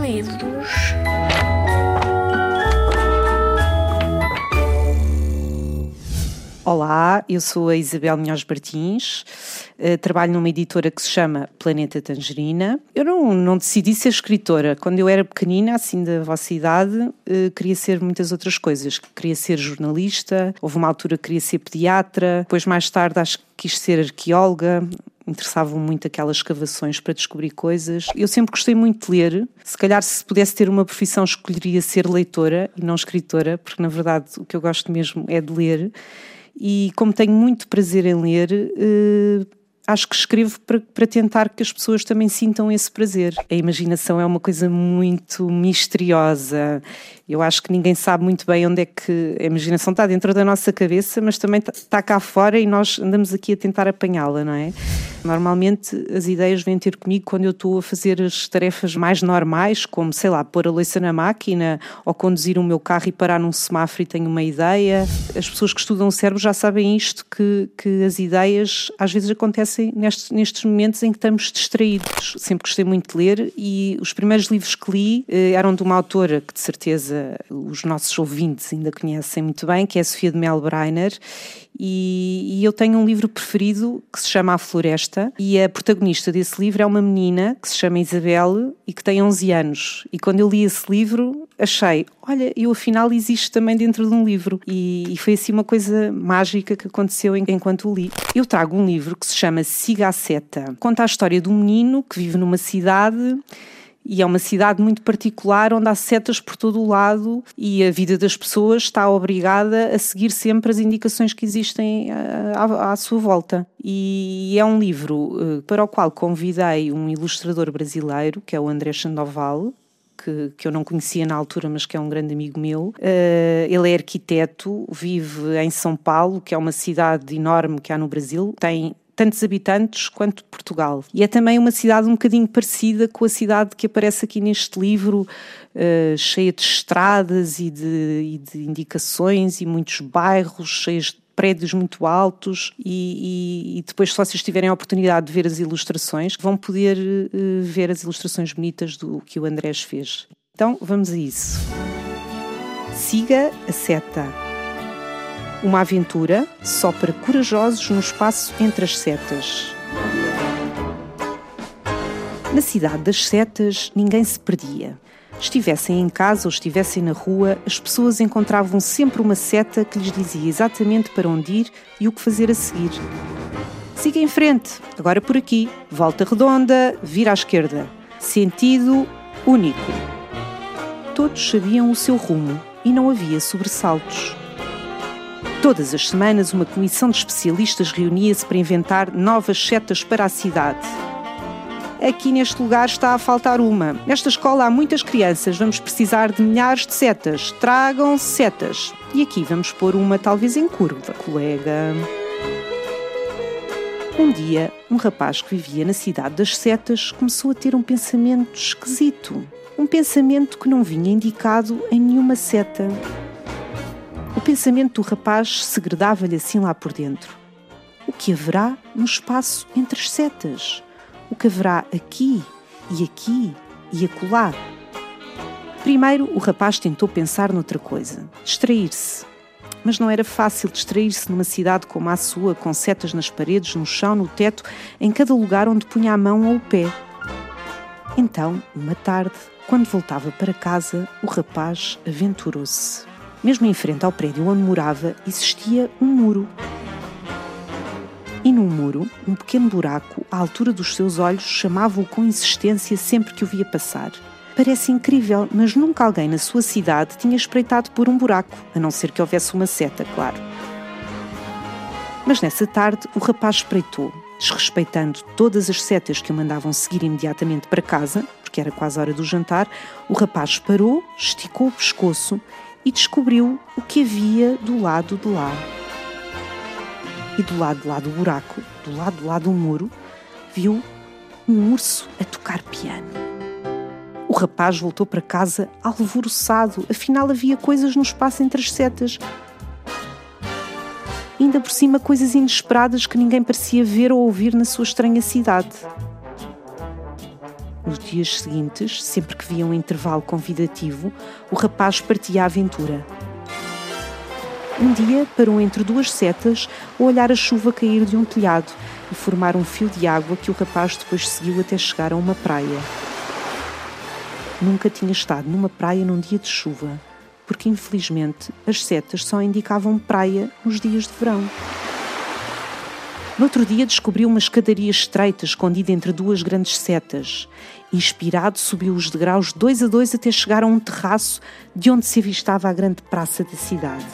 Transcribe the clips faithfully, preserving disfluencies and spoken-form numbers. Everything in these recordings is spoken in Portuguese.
livros. Olá, eu sou a Isabel Minhoz Martins, uh, trabalho numa editora que se chama Planeta Tangerina. Eu não, não decidi ser escritora. Quando eu era pequenina, assim da vossa idade, uh, queria ser muitas outras coisas. Queria ser jornalista, houve uma altura que queria ser pediatra, depois mais tarde acho que quis ser arqueóloga. Interessavam muito aquelas escavações para descobrir coisas. Eu sempre gostei muito de ler. Se calhar, se pudesse ter uma profissão, escolheria ser leitora e não escritora, porque na verdade o que eu gosto mesmo é de ler. E como tenho muito prazer em ler, eh, acho que escrevo para, para tentar que as pessoas também sintam esse prazer. A imaginação é uma coisa muito misteriosa. Eu acho que ninguém sabe muito bem onde é que a imaginação está dentro da nossa cabeça, mas também está cá fora e nós andamos aqui a tentar apanhá-la, não é? Normalmente as ideias vêm ter comigo quando eu estou a fazer as tarefas mais normais, como, sei lá, pôr a louça na máquina ou conduzir o meu carro e parar num semáforo e tenho uma ideia. As pessoas que estudam o cérebro já sabem isto, que, que as ideias às vezes acontecem nestes, nestes momentos em que estamos distraídos. Sempre gostei muito de ler e os primeiros livros que li eh, eram de uma autora que de certeza os nossos ouvintes ainda conhecem muito bem, que é a Sofia de Mel Breiner. E, e eu tenho um livro preferido que se chama A Floresta e a protagonista desse livro é uma menina que se chama Isabel e que tem onze anos. E quando eu li esse livro achei, olha, eu afinal existo também dentro de um livro. E, e foi assim uma coisa mágica que aconteceu enquanto o li. Eu trago um livro que se chama Siga a Seta. Conta a história de um menino que vive numa cidade. E é uma cidade muito particular onde há setas por todo o lado e a vida das pessoas está obrigada a seguir sempre as indicações que existem à, à sua volta. E é um livro para o qual convidei um ilustrador brasileiro, que é o André Sandoval, que, que eu não conhecia na altura, mas que é um grande amigo meu. Uh, ele é arquiteto, vive em São Paulo, que é uma cidade enorme que há no Brasil, tem tantos habitantes quanto Portugal. E é também uma cidade um bocadinho parecida com a cidade que aparece aqui neste livro, uh, cheia de estradas e de, e de indicações e muitos bairros cheios de prédios muito altos e, e, e depois, se vocês tiverem a oportunidade de ver as ilustrações, vão poder uh, ver as ilustrações bonitas do que o Andrés fez. Então, vamos a isso. Siga a Seta. Uma aventura só para corajosos no espaço entre as setas. Na cidade das setas, ninguém se perdia. Estivessem em casa ou estivessem na rua, as pessoas encontravam sempre uma seta que lhes dizia exatamente para onde ir e o que fazer a seguir. Siga em frente, agora por aqui, volta redonda, vira à esquerda. Sentido único. Todos sabiam o seu rumo e não havia sobressaltos. Todas as semanas, uma comissão de especialistas reunia-se para inventar novas setas para a cidade. Aqui neste lugar está a faltar uma. Nesta escola há muitas crianças, vamos precisar de milhares de setas. Tragam setas. E aqui vamos pôr uma talvez em curva, colega. Um dia, um rapaz que vivia na cidade das setas começou a ter um pensamento esquisito. Um pensamento que não vinha indicado em nenhuma seta. O pensamento do rapaz segredava-lhe assim lá por dentro. O que haverá no espaço entre as setas? O que haverá aqui e aqui e acolá? Primeiro, o rapaz tentou pensar noutra coisa, distrair-se. Mas não era fácil distrair-se numa cidade como a sua, com setas nas paredes, no chão, no teto, em cada lugar onde punha a mão ou o pé. Então, uma tarde, quando voltava para casa, o rapaz aventurou-se. Mesmo em frente ao prédio onde morava, existia um muro. E num muro, um pequeno buraco, à altura dos seus olhos, chamava-o com insistência sempre que o via passar. Parece incrível, mas nunca alguém na sua cidade tinha espreitado por um buraco, a não ser que houvesse uma seta, claro. Mas nessa tarde, o rapaz espreitou, desrespeitando todas as setas que o mandavam seguir imediatamente para casa, porque era quase a hora do jantar. O rapaz parou, esticou o pescoço e descobriu o que havia do lado de lá. E do lado de lá do buraco, do lado de lá do muro, viu um urso a tocar piano. O rapaz voltou para casa alvoroçado, afinal havia coisas no espaço entre as setas. Ainda por cima coisas inesperadas que ninguém parecia ver ou ouvir na sua estranha cidade. Nos dias seguintes, sempre que via um intervalo convidativo, o rapaz partia à aventura. Um dia parou entre duas setas a olhar a chuva cair de um telhado e formar um fio de água que o rapaz depois seguiu até chegar a uma praia. Nunca tinha estado numa praia num dia de chuva, porque infelizmente as setas só indicavam praia nos dias de verão. No outro dia descobriu uma escadaria estreita escondida entre duas grandes setas. Inspirado, subiu os degraus dois a dois até chegar a um terraço de onde se avistava a grande praça da cidade.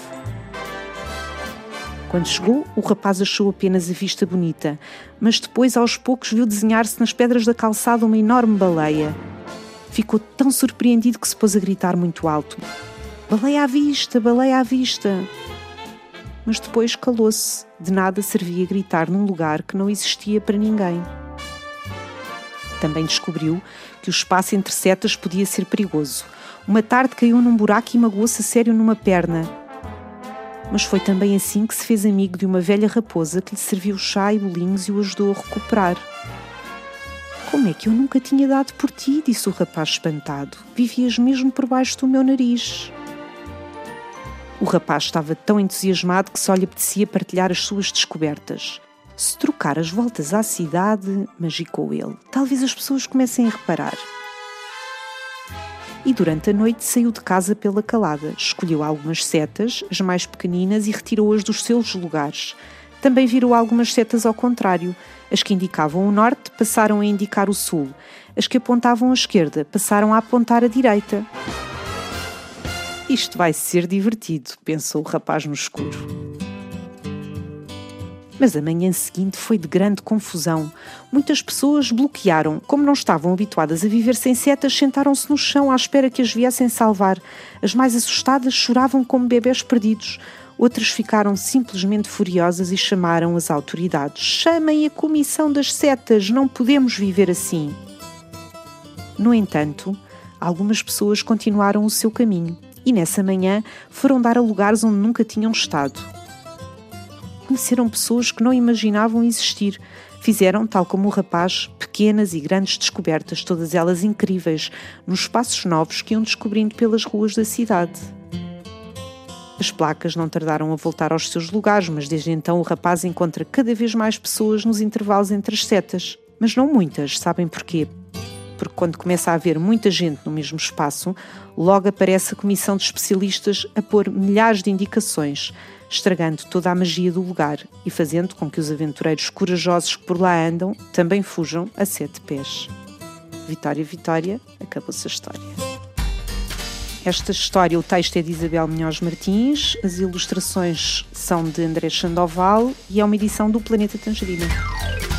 Quando chegou, o rapaz achou apenas a vista bonita, mas depois, aos poucos, viu desenhar-se nas pedras da calçada uma enorme baleia. Ficou tão surpreendido que se pôs a gritar muito alto: "Baleia à vista! Baleia à vista!" Mas depois calou-se. De nada servia gritar num lugar que não existia para ninguém. Também descobriu que o espaço entre setas podia ser perigoso. Uma tarde caiu num buraco e magoou-se a sério numa perna. Mas foi também assim que se fez amigo de uma velha raposa que lhe serviu chá e bolinhos e o ajudou a recuperar. "Como é que eu nunca tinha dado por ti?", disse o rapaz espantado. "Vivias mesmo por baixo do meu nariz." O rapaz estava tão entusiasmado que só lhe apetecia partilhar as suas descobertas. "Se trocar as voltas à cidade", magicou ele, "talvez as pessoas comecem a reparar." E durante a noite saiu de casa pela calada, escolheu algumas setas, as mais pequeninas, e retirou-as dos seus lugares. Também virou algumas setas ao contrário. As que indicavam o norte passaram a indicar o sul. As que apontavam a esquerda passaram a apontar a direita. "Isto vai ser divertido", pensou o rapaz no escuro. Mas a manhã seguinte foi de grande confusão. Muitas pessoas bloquearam. Como não estavam habituadas a viver sem setas, sentaram-se no chão à espera que as viessem salvar. As mais assustadas choravam como bebés perdidos. Outras ficaram simplesmente furiosas e chamaram as autoridades. "Chamem a comissão das setas, não podemos viver assim." No entanto, algumas pessoas continuaram o seu caminho e nessa manhã foram dar a lugares onde nunca tinham estado. Conheceram pessoas que não imaginavam existir. Fizeram, tal como o rapaz, pequenas e grandes descobertas, todas elas incríveis, nos espaços novos que iam descobrindo pelas ruas da cidade. As placas não tardaram a voltar aos seus lugares, mas desde então o rapaz encontra cada vez mais pessoas nos intervalos entre as setas. Mas não muitas, sabem porquê? Porque quando começa a haver muita gente no mesmo espaço, logo aparece a comissão de especialistas a pôr milhares de indicações, estragando toda a magia do lugar e fazendo com que os aventureiros corajosos que por lá andam também fujam a sete pés. Vitória, Vitória, acabou-se a história. Esta história, o texto é de Isabel Munhoz Martins, as ilustrações são de André Sandoval e é uma edição do Planeta Tangerina.